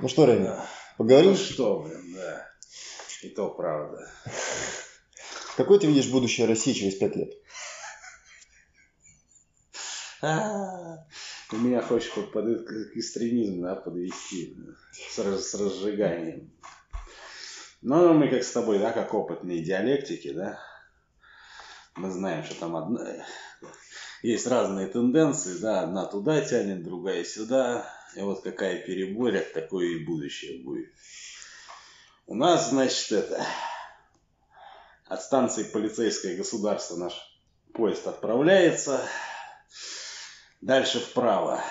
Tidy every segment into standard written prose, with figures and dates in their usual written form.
Ну что, Реми, Да. поговорим? Ну что, блин, да. И то правда. Какой ты видишь будущее России через 5 лет? Ты меня хочешь под экстремизм, да, подвести с разжиганием. Ну, мы как с тобой, да, как опытные диалектики, да, мы знаем, что там есть разные тенденции, да, одна туда тянет, другая сюда, и вот какая переборят, такое и будущее будет. У нас, значит, от станции полицейское государство наш поезд отправляется дальше вправо.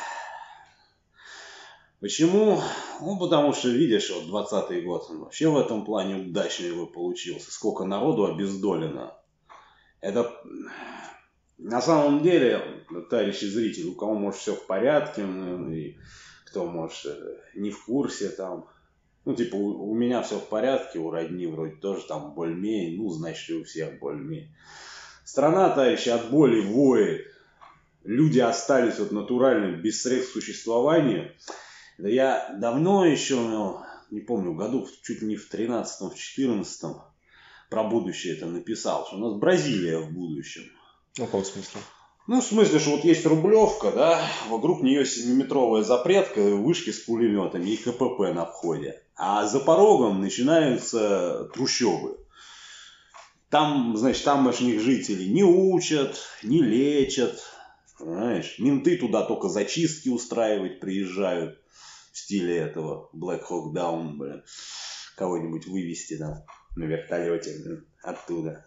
Почему? Ну, потому что, видишь, вот 20-й год вообще в этом плане удачный его получился. Сколько народу обездолено. Это на самом деле, товарищи зрители, у кого, может, все в порядке, и кто, может, не в курсе там. Ну, типа, у меня все в порядке, у родни вроде тоже там более-менее, ну, значит, и у всех более-менее. Страна, товарищи, от боли воет. Люди остались вот натурально без средств существования. Да я давно еще, не помню, году чуть ли не в 13-м, в 14-м про будущее это написал, что у нас Бразилия в будущем. В каком смысле? Ну, в смысле, что вот есть Рублевка, да, вокруг нее 7-метровая запретка, вышки с пулеметами и КПП на входе. А за порогом начинаются трущобы. Там, значит, тамошних жителей не учат, не лечат. Понимаешь? Менты туда только зачистки устраивать приезжают. В стиле этого Black Hawk Down, блин. Кого-нибудь вывести там на вертолете, блин, оттуда.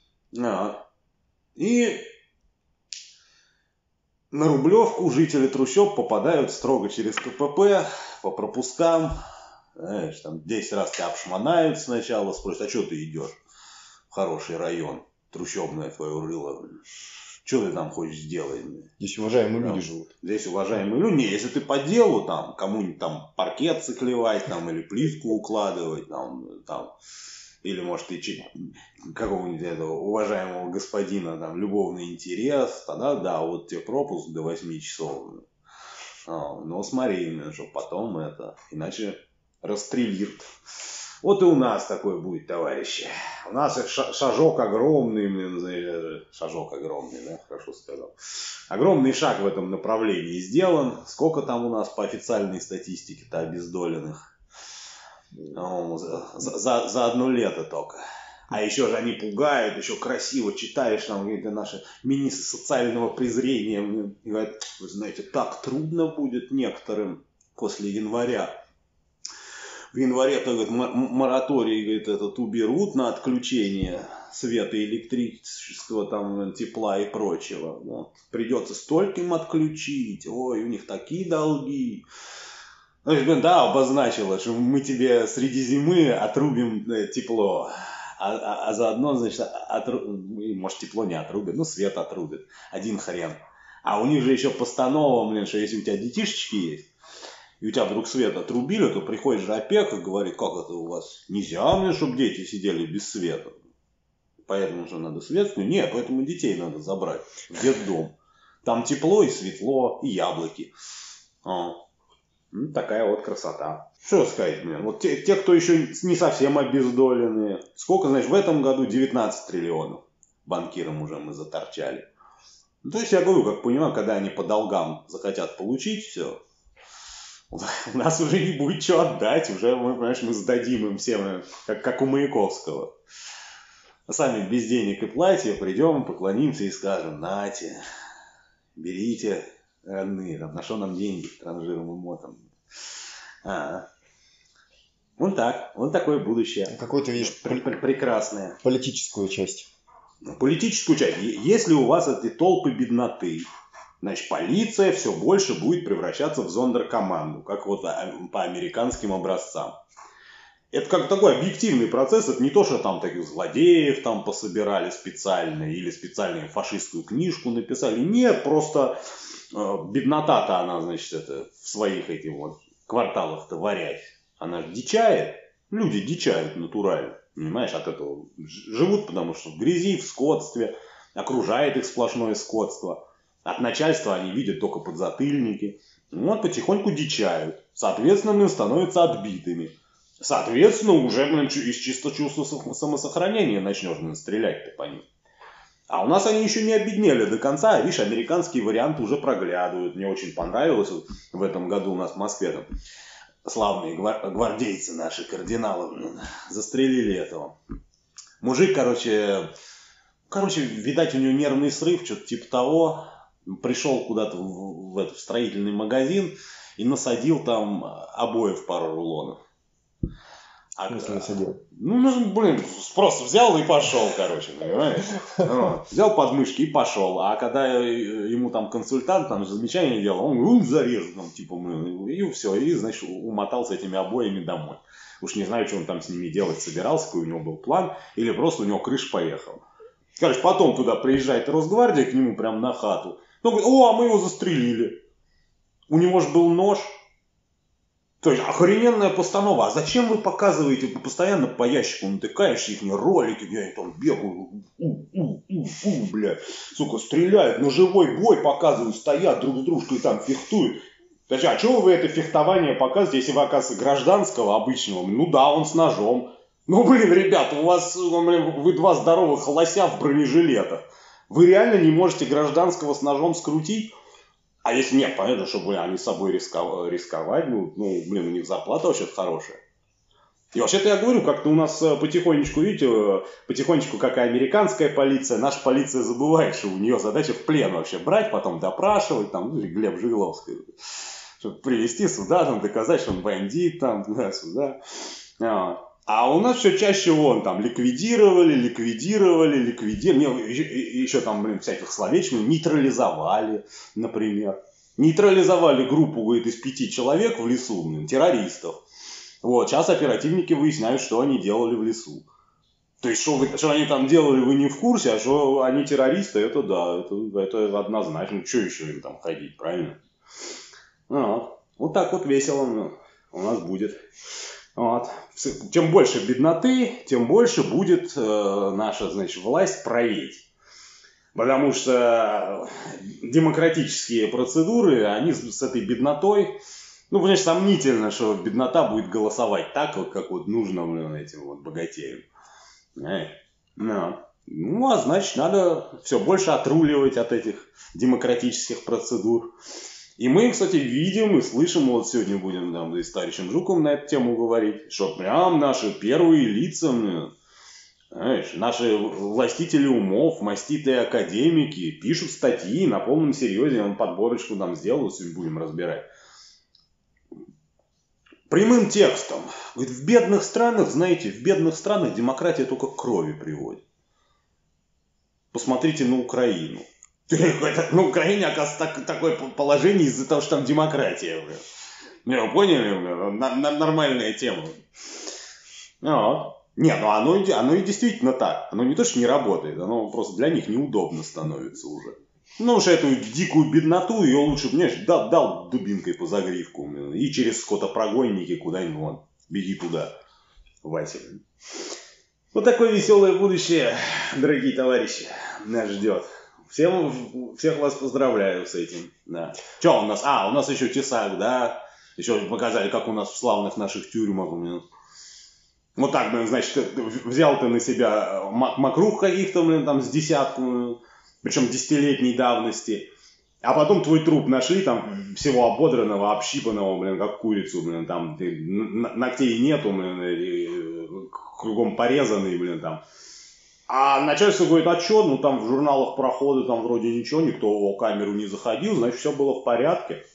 И на Рублевку жители трущоб попадают строго через КПП, по пропускам. Знаешь, там 10 раз тебя обшмонают сначала, спросят, а что ты идешь в хороший район, трущобное твое рыло, что ты там хочешь сделать? Здесь уважаемые Да. люди живут. Здесь уважаемые люди. Не, если ты по делу, там, кому-нибудь там паркет заклевать, там, или плитку укладывать, там, или, может, и какого-нибудь этого уважаемого господина, там, любовный интерес, тогда, да, вот тебе пропуск до 8 часов. Но смотри, что потом иначе расстрелируют. Вот и у нас такое будет, товарищи. У нас шажок огромный, шажок огромный, да, хорошо сказал. Огромный шаг в этом направлении сделан. Сколько там у нас по официальной статистике-то обездоленных? За одно лето только. А еще же они пугают, еще красиво читаешь там какие-то наши министры социального презрения. И говорят, вы знаете, так трудно будет некоторым после января. В январе-то, говорит, мораторий, говорит, этот уберут на отключение света, электричества, там, тепла и прочего. Вот. Придется стольким отключить. Ой, у них такие долги. Значит, да, обозначила, что мы тебе среди зимы отрубим тепло. А заодно, значит, может, тепло не отрубят, ну, свет отрубят. Один хрен. А у них же еще постанова, блин, что если у тебя детишечки есть, и у тебя вдруг свет отрубили, то приходит же опека и говорит, как это у вас? Нельзя мне, чтобы дети сидели без света. Поэтому что надо свет? Нет, поэтому детей надо забрать в детдом. Там тепло и светло, и яблоки. Ну, такая вот красота. Что сказать мне? Вот те, кто еще не совсем обездоленные. Сколько, значит, в этом году 19 триллионов банкирам уже мы заторчали. Ну, то есть я говорю, как понимаю, когда они по долгам захотят получить все, у нас уже не будет что отдать. Уже, понимаешь, мы сдадим им всем, как у Маяковского. А сами без денег и платья придем, поклонимся и скажем, нате, берите, родные, там, на что нам деньги, транжиром и мотом. Вот так, вот такое будущее. Какой ты видишь прекрасное. Политическую часть? Политическую часть. Если у вас эти толпы бедноты, значит, полиция все больше будет превращаться в зондеркоманду, как вот по американским образцам. Это как такой объективный процесс, это не то, что там таких злодеев там пособирали специально или специальную фашистскую книжку написали. Нет, просто беднота-то она, значит, это в своих этих вот кварталах-то варять. Она же дичает. Люди дичают натурально. Понимаешь, от этого живут, потому что в грязи, в скотстве, окружает их сплошное скотство. От начальства они видят только подзатыльники. Вот потихоньку дичают. Соответственно, становятся отбитыми. Соответственно, уже из чисто чувства самосохранения начнешь стрелять-то по ним. А у нас они еще не обеднели до конца. А видишь, американские варианты уже проглядывают. Мне очень понравилось в этом году у нас в Москве там славные гвардейцы наши, кардиналы, застрелили этого. Мужик, короче, видать, у него нервный срыв, что-то типа того. Пришел куда-то в строительный магазин и насадил там обоев пару рулонов. В смысле насадил? Просто взял и пошел, короче, понимаешь? Взял подмышки и пошел. А когда ему там консультант там замечание делал, он зарезал, там, типа, и все, и, значит, умотал с этими обоями домой. Уж не знаю, что он там с ними делать собирался, какой у него был план, или просто у него крыша поехала. Короче, потом туда приезжает Росгвардия к нему прям на хату. Он говорит, а мы его застрелили. У него же был нож. То есть охрененная постанова. А зачем вы показываете постоянно по ящику натыкаешь их ролики, где они там бегают, блядь, сука, стреляют, ножевой бой показывают, стоят друг с дружкой там фехтуют. А чего вы это фехтование показываете, если вы, оказывается, гражданского обычного? Ну да, он с ножом. Ребята, у вас, вы два здоровых лося в бронежилетах. Вы реально не можете гражданского с ножом скрутить? А если нет, понятно, что, они с собой рисковать, у них зарплата вообще-то хорошая. И вообще-то я говорю, как-то у нас потихонечку, видите, как и американская полиция, наша полиция забывает, что у нее задача в плен вообще брать, потом допрашивать, там, Глеб Жигловский, чтобы привести сюда, там, доказать, что он бандит, там, туда-сюда. А у нас все чаще ликвидировали. Еще там, всяких словечек нейтрализовали, например. Нейтрализовали группу, говорит, из 5 человек в лесу, террористов. Вот, сейчас оперативники выясняют, что они делали в лесу. То есть, что они там делали, вы не в курсе, а что они террористы, это да, это однозначно. Что еще им там ходить, правильно? Вот так вот весело у нас будет. Вот. Чем больше бедноты, тем больше будет наша, власть править. Потому что демократические процедуры, они с этой беднотой, сомнительно, что беднота будет голосовать так, как нужно этим богатеям. А значит, надо все больше отруливать от этих демократических процедур. И мы, кстати, видим и слышим, сегодня будем с товарищем Жуковым на эту тему говорить, что прям наши первые лица, наши властители умов, маститые академики пишут статьи на полном серьезе, он подборочку сделал, сегодня будем разбирать. Прямым текстом. Говорит, в бедных странах демократия только к крови приводит. Посмотрите на Украину. На Украине, оказывается, такое положение из-за того, что там демократия. Вы поняли? Нормальная тема. Нет, оно и действительно так. Оно не то, что не работает, оно просто для них неудобно становится уже. Уж эту дикую бедноту, ее лучше, понимаешь, дал дубинкой по загривку. И через скотопрогонники куда-нибудь беги туда, Вася. Вот такое веселое будущее, дорогие товарищи, нас ждет. Всех вас поздравляю с этим. Да. Что у нас? У нас еще тесак, да? Еще показали, как у нас в славных наших тюрьмах. Вот так, взял ты на себя мокрух каких-то, с десятку, причем 10-летней давности. А потом твой труп нашли, всего ободранного, общипанного, как курицу, там ногтей нету, кругом порезанный, там. А начальство говорит, а что? В журналах прохода вроде ничего, никто в камеру не заходил, значит, все было в порядке.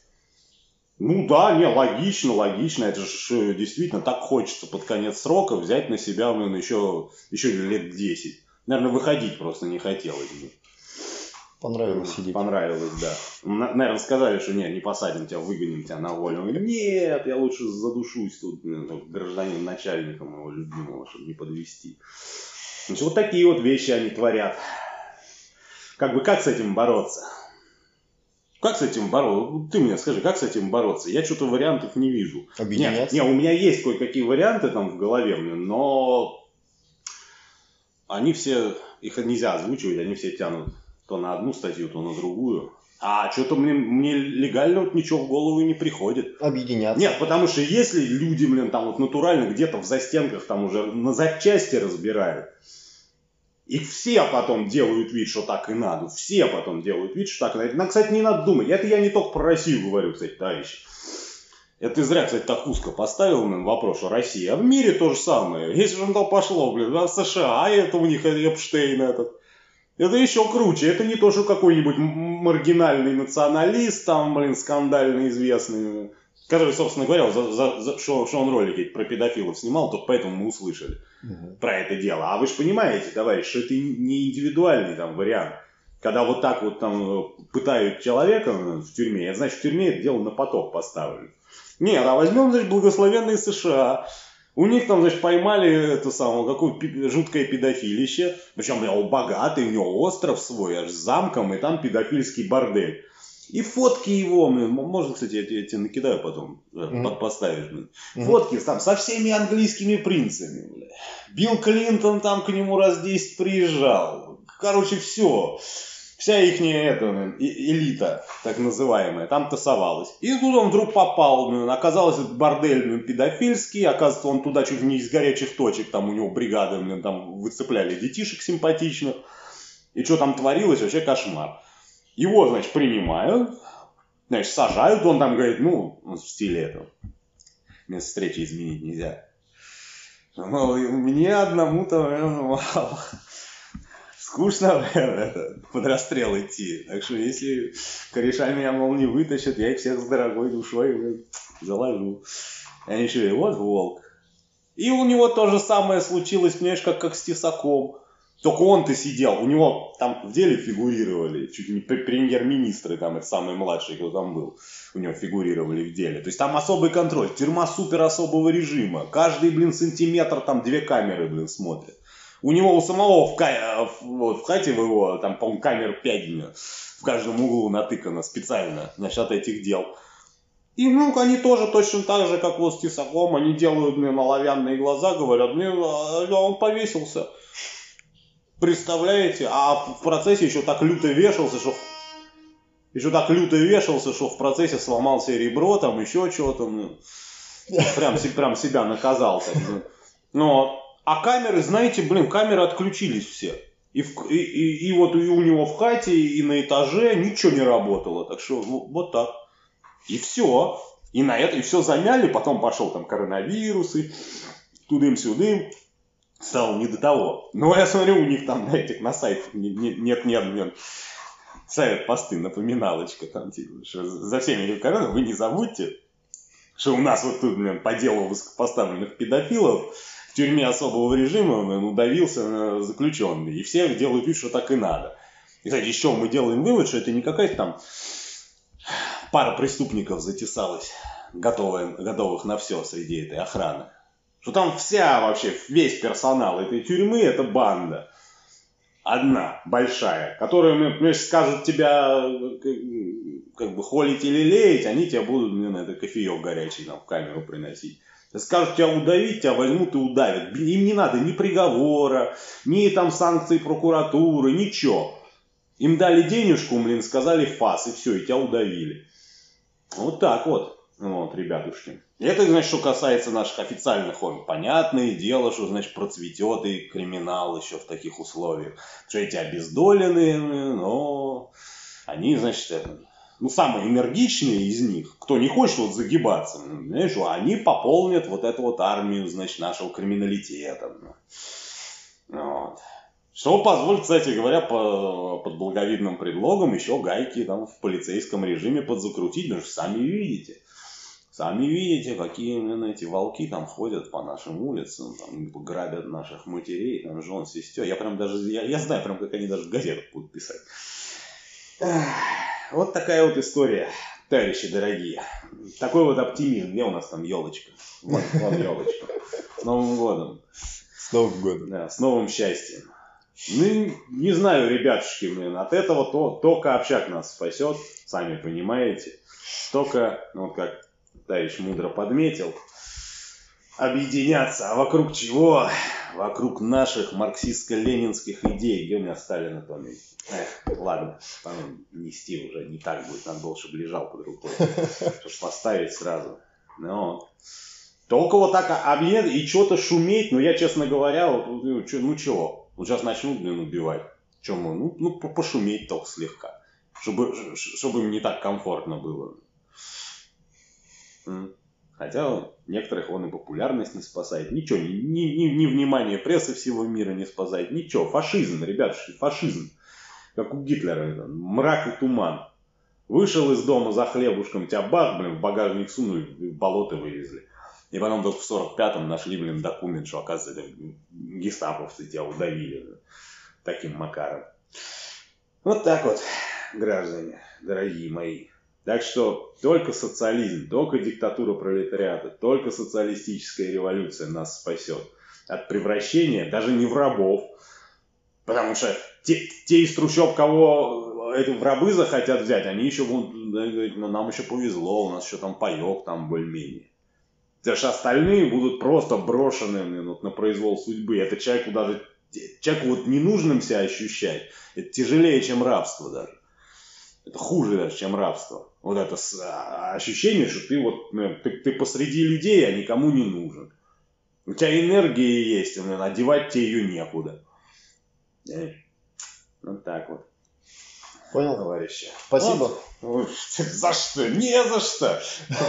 Логично. Это же действительно так хочется под конец срока взять на себя, еще лет 10. Наверное, выходить просто не хотелось. Понравилось сидеть. Понравилось, да. Наверное, сказали, что не посадим тебя, выгоним тебя на волю. Он говорит, нет, я лучше задушусь тут, гражданин начальником моего любимого, чтобы не подвести. Вот такие вот вещи они творят. Как с этим бороться? Как с этим бороться? Ты мне скажи, как с этим бороться? Я что-то вариантов не вижу. Объединяться? У меня есть кое-какие варианты в голове, но они все, их нельзя озвучивать, они все тянут то на одну статью, то на другую. А что-то мне легально вот ничего в голову не приходит. Объединяться. Нет, потому что если люди, там вот натурально где-то в застенках там уже на запчасти разбирают, и все потом делают вид, что так и надо. Все потом делают вид, что так и надо. Но, кстати, не надо думать. Это я не только про Россию говорю, кстати, товарищи. Это ты зря, кстати, так узко поставил вопрос, что Россия. А в мире то же самое. Если же оно пошло, в США, а это у них Эпштейн этот. Это еще круче. Это не то, что какой-нибудь маргинальный националист, там, скандально известный, который, собственно говоря, что он ролики про педофилов снимал, только поэтому мы услышали про это дело. А вы же понимаете, товарищ, что это не индивидуальный там вариант. Когда вот так вот там пытают человека в тюрьме, это значит, в тюрьме это дело на поток поставлено. Нет, а возьмем, значит, благословенные США. У них там, значит, поймали это самое, какое жуткое педофилище. Причем он богатый, у него остров свой, аж с замком, и там педофильский бордель. И фотки его, можно, кстати, я тебе накидаю потом, поставишь. Фотки там со всеми английскими принцами. Билл Клинтон там к нему раз 10 приезжал. Короче, все. Вся их элита, так называемая, там тусовалась. И тут он вдруг попал, оказалось, этот бордель педофильский, оказывается, он туда чуть ли не из горячих точек, там у него бригады там выцепляли детишек симпатичных. И что там творилось, вообще кошмар. Его, значит, принимают, значит, сажают, он там говорит, в стиле этого, место встречи изменить нельзя. Мне одному-то, мало. Скучно под расстрел идти. Так что если кореша меня, не вытащат, я их всех с дорогой душой заложу. Они еще вот волк. И у него то же самое случилось, понимаешь, как с Тесаком. Только он-то сидел, у него там в деле фигурировали, чуть ли не премьер-министры, там это самый младший, кто там был, у него фигурировали в деле. То есть там особый контроль, тюрьма супер особого режима. Каждый, сантиметр там 2 камеры, смотрят. У него у самого в хате в его, там, по-моему, камер 5 в каждом углу натыкано специально насчет этих дел. И, они тоже точно так же, как вот с Тесаком, они делают мне оловянные глаза, говорят, он повесился. Представляете? А в процессе еще так люто вешался, что в процессе сломался ребро, там еще что-то. Прям себя наказал. Так. А камеры, знаете, камеры отключились все. И вот и у него в хате, и на этаже ничего не работало. Так что вот так. И все. И на это, и все замяли. Потом пошел там коронавирус, и тудым-сюдым. Стало не до того. Но я смотрю, у них там на сайтах нет. Ставят посты, напоминалочка. Там, типа, что за всеми этими коронами вы не забудьте, что у нас вот тут, по делу высокопоставленных педофилов в тюрьме особого режима удавился заключенный. И все делают вид, что так и надо. И, кстати, еще мы делаем вывод, что это не какая-то там пара преступников затесалась, готовых на все среди этой охраны. Что там весь персонал этой тюрьмы, это банда. Одна, большая, которая, скажут тебя, холить или леять, они тебя будут, кофеек горячий в камеру приносить. Скажут тебя удавить, тебя возьмут и удавят. Им не надо ни приговора, ни там санкций прокуратуры, ничего. Им дали денежку, сказали фас, и все, и тебя удавили. Вот так вот. Ребятушки. Это, значит, что касается наших официальных понятное дело, что, значит, процветет и криминал еще в таких условиях. Что эти обездоленные, но они, значит, самые энергичные из них, кто не хочет загибаться, знаешь, они пополнят вот эту армию, значит, нашего криминалитета. Что позволит, кстати говоря, под благовидным предлогом еще гайки там в полицейском режиме подзакрутить, потому что сами видите, какие эти волки там ходят по нашим улицам, там, грабят наших матерей, там, жен, сестер. Я знаю, как они даже в газетах будут писать. Вот такая вот история, товарищи дорогие. Такой вот оптимизм. Где у нас там елочка? Вон елочка. С Новым годом. С Новым годом. Да, с новым счастьем. Не знаю, ребятушки, от этого только общак нас спасет, сами понимаете. Только, как товарищ мудро подметил, объединяться. А вокруг чего? Вокруг наших марксистско-ленинских идей. Где у меня Сталин память? Ладно, потом нести уже не так будет. Надо было, чтобы лежал под рукой. Чтобы поставить сразу. Ну, только вот так объединяться и что-то шуметь. Ну, я, честно говоря, ну чего? Вот сейчас начнут, убивать. Че мы? Ну, пошуметь только слегка. Чтобы им не так комфортно было. Хотя некоторых он и популярность не спасает. Ничего, ни внимание прессы всего мира не спасает. Ничего, фашизм, ребят, фашизм. Как у Гитлера, мрак и туман. Вышел из дома за хлебушком, тебя бах, в багажник сунули, в болото вывезли. И потом только в 45-м нашли, документ, что, оказывается, это гестаповцы тебя удавили. Таким макаром. Вот так вот, граждане, дорогие мои. Так что только социализм, только диктатура пролетариата, только социалистическая революция нас спасет от превращения даже не в рабов. Потому что те из трущоб, кого в рабы захотят взять, они еще будут, нам еще повезло, у нас еще там паек там более-менее. Потому что остальные будут просто брошены на произвол судьбы. Это человеку вот ненужным себя ощущать, это тяжелее, чем рабство даже. Это хуже даже, чем рабство. Вот это ощущение, что ты посреди людей, а никому не нужен. У тебя энергия есть, одевать тебе ее некуда. Вот так вот. Понял, товарищи. Спасибо. Вот. За что? Не за что.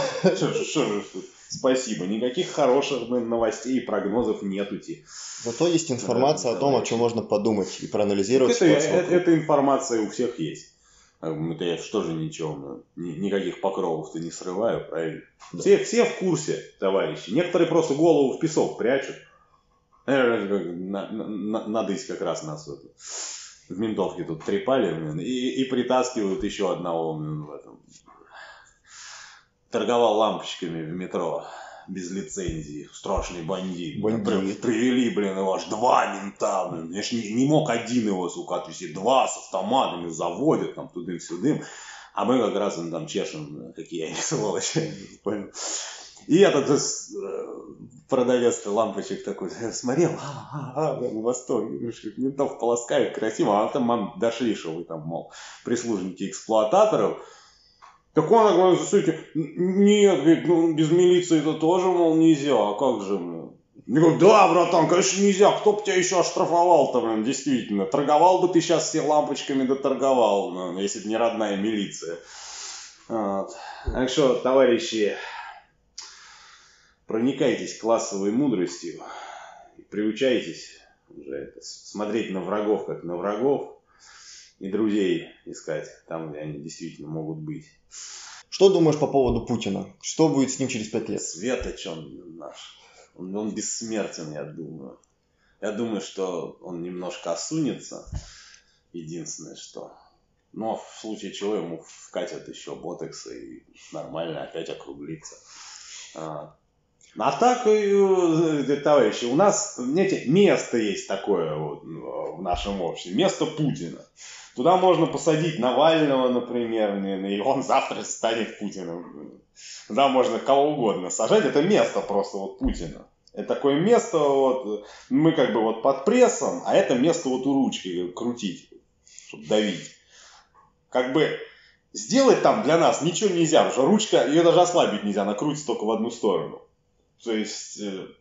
Спасибо. Никаких хороших новостей и прогнозов нету. Зато есть информация о том, о чем можно подумать и проанализировать. Эта информация у всех есть. Это я что же ничего, никаких покровов-то не срываю, правильно? Да. Все в курсе, товарищи. Некоторые просто голову в песок прячут. Надысь как раз нас в ментовке тут трепали и притаскивают еще одного в этом. Торговал лампочками в метро без лицензии. Страшный бандит. Привели, его аж 2 мента. Я ж не мог один его, сука, отвезти. 2 с автоматами заводят там тудым-сюдым. А мы как раз там чешем, какие они сволочи. И этот продавец лампочек такой смотрел, в восторге, ментов полоскают красиво, а там дошли, что вы там, мол, прислужники эксплуататоров. Так он говорит, слушайте, нет, говорит, без милиции это тоже, мол, нельзя, а как же, Я говорю, да, братан, конечно, нельзя, кто бы тебя еще оштрафовал-то, действительно, торговал бы ты сейчас все лампочками доторговал, если бы не родная милиция. Вот. Так что, товарищи, проникайтесь классовой мудростью, приучайтесь уже смотреть на врагов, как на врагов, и друзей искать там, где они действительно могут быть. Что думаешь по поводу Путина? Что будет с ним через 5 лет? Светоч он наш. Он бессмертен, я думаю. Я думаю, что он немножко осунется. Единственное, что... Но в случае чего ему вкатят еще ботекса и нормально опять округлится. А так, товарищи, у нас, знаете, место есть такое вот в нашем обществе. Место Путина. Туда можно посадить Навального, например, и он завтра станет Путиным. Туда можно кого угодно сажать. Это место просто вот Путина. Это такое место, вот, мы как бы вот под прессом, а это место вот у ручки крутить, чтобы давить. Как бы сделать там для нас ничего нельзя, потому что ручка, ее даже ослабить нельзя, она крутится только в одну сторону. То есть,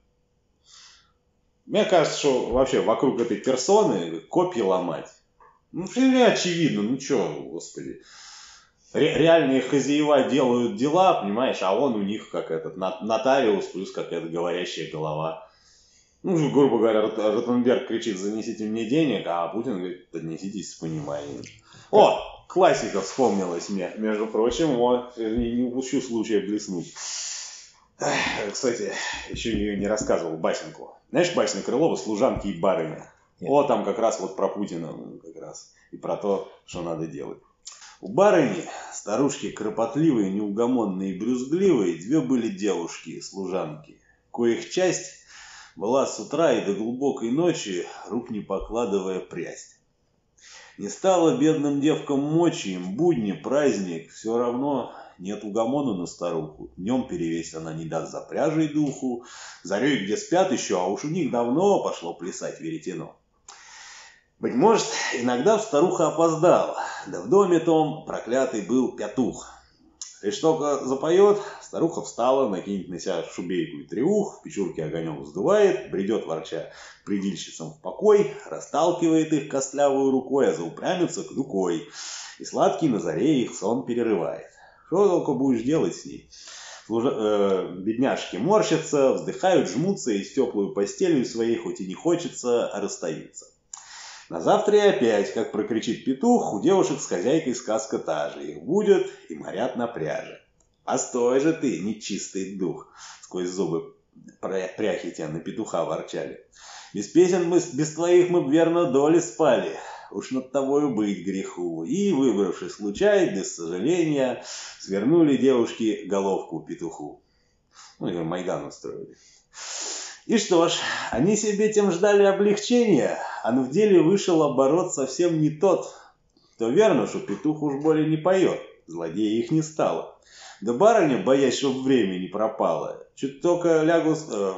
мне кажется, что вообще вокруг этой персоны копья ломать. Ну, очевидно, ну что, господи. Реальные хозяева делают дела, понимаешь, а он у них как этот нотариус плюс какая-то говорящая голова. Ну, грубо говоря, Ротенберг кричит, занесите мне денег, а Путин говорит, отнеситесь с пониманием. О, классика вспомнилась мне, между прочим, вот, не упущу случая блеснуть. Кстати, еще ее не рассказывал басенку. Знаешь басню Крылова «Служанки и барыня»? Нет. О, там как раз вот про Путина, как раз, и про то, что надо делать. У барыни, старушки кропотливые, неугомонные и брюзгливые, 2 были девушки, служанки, коих часть была с утра и до глубокой ночи, рук не покладывая прясть. Не стало бедным девкам мочи, им будни, праздник, все равно нет угомону на старуху. Днем перевесить она не даст за пряжей духу. Зарей, где спят еще, а уж у них давно пошло плясать веретено. Быть может, иногда старуха опоздала, да в доме том проклятый был петух. Лишь только запоет, старуха встала, накинет на себя шубейку и треух, в печурке огонек вздувает, бредет ворча предильщицам в покой, расталкивает их костлявую рукой, а заупрямится клюкой, и сладкий на заре их сон перерывает. Что только будешь делать с ней? Бедняжки морщатся, вздыхают, жмутся и с теплую постелью своей хоть и не хочется, а расстаются. На завтра и опять, как прокричит петух, у девушек с хозяйкой сказка та же. Их будет и морят на пряже. «Постой же ты, нечистый дух!» Сквозь зубы пряхи тебя на петуха ворчали. «Без песен без твоих мы б верно доли спали. Уж над тобою быть греху». И, выбравшись случай, без сожаления, свернули девушки головку петуху. Ну, и Майдан устроили. И что ж, они себе тем ждали облегчения, а в деле вышел оборот совсем не тот. То верно, что петух уж более не поет, злодея их не стало. Да барыня, боясь, чтоб время не пропало, чуть только лягу...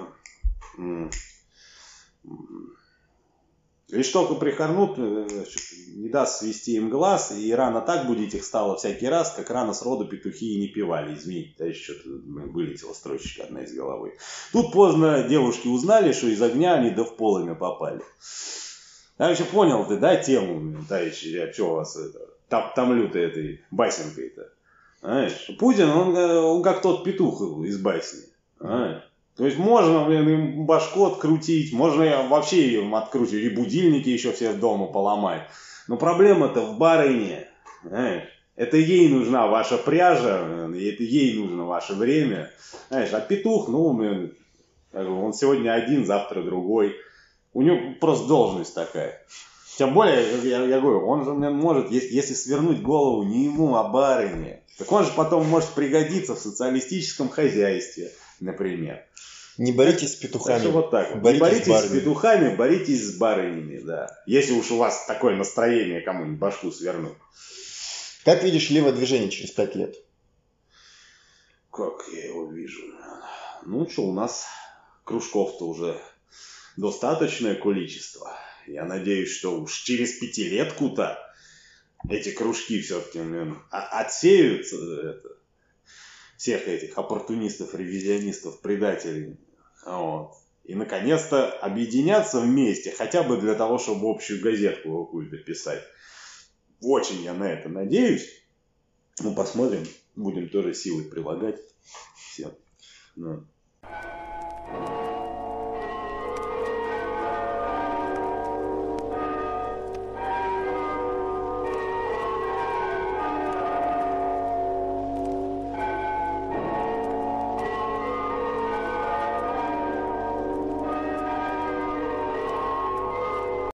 Лишь только прихорнут, не даст свести им глаз, и рано так будить их стало всякий раз, как рано сроду петухи и не певали. Извините, да еще что-то вылетела строчечка одна из головы. Тут поздно девушки узнали, что из огня они да в полымя попали. Я еще понял ты, да, тему, товарищи, я что у вас томлю-то этой басенкой-то. Знаешь, Путин, он как тот петух из басни. Знаешь. То есть можно, им башку открутить, можно вообще им открутить, и будильники еще все дома поломать. Но проблема-то в барыне. Знаешь, это ей нужна ваша пряжа, и это ей нужно ваше время. Знаешь, а петух, ну, он сегодня один, завтра другой. У него просто должность такая. Тем более, я говорю, он же может, если свернуть голову не ему, а барыне, так он же потом может пригодиться в социалистическом хозяйстве, например. Не боритесь с петухами. Вот так. Боритесь не боритесь с петухами, боритесь с барынями, да. Если уж у вас такое настроение кому-нибудь башку свернуть. Как видишь левое движение через 5 лет? Как я его вижу? Ну что, у нас кружков-то уже достаточное количество. Я надеюсь, что уж через 5-летку-то эти кружки все-таки отсеют всех этих оппортунистов, ревизионистов, предателей. Вот. И наконец-то объединяться вместе, хотя бы для того, чтобы общую газетку какую-то писать. Очень я на это надеюсь. Ну, посмотрим. Будем тоже силы прилагать. Все. Ну.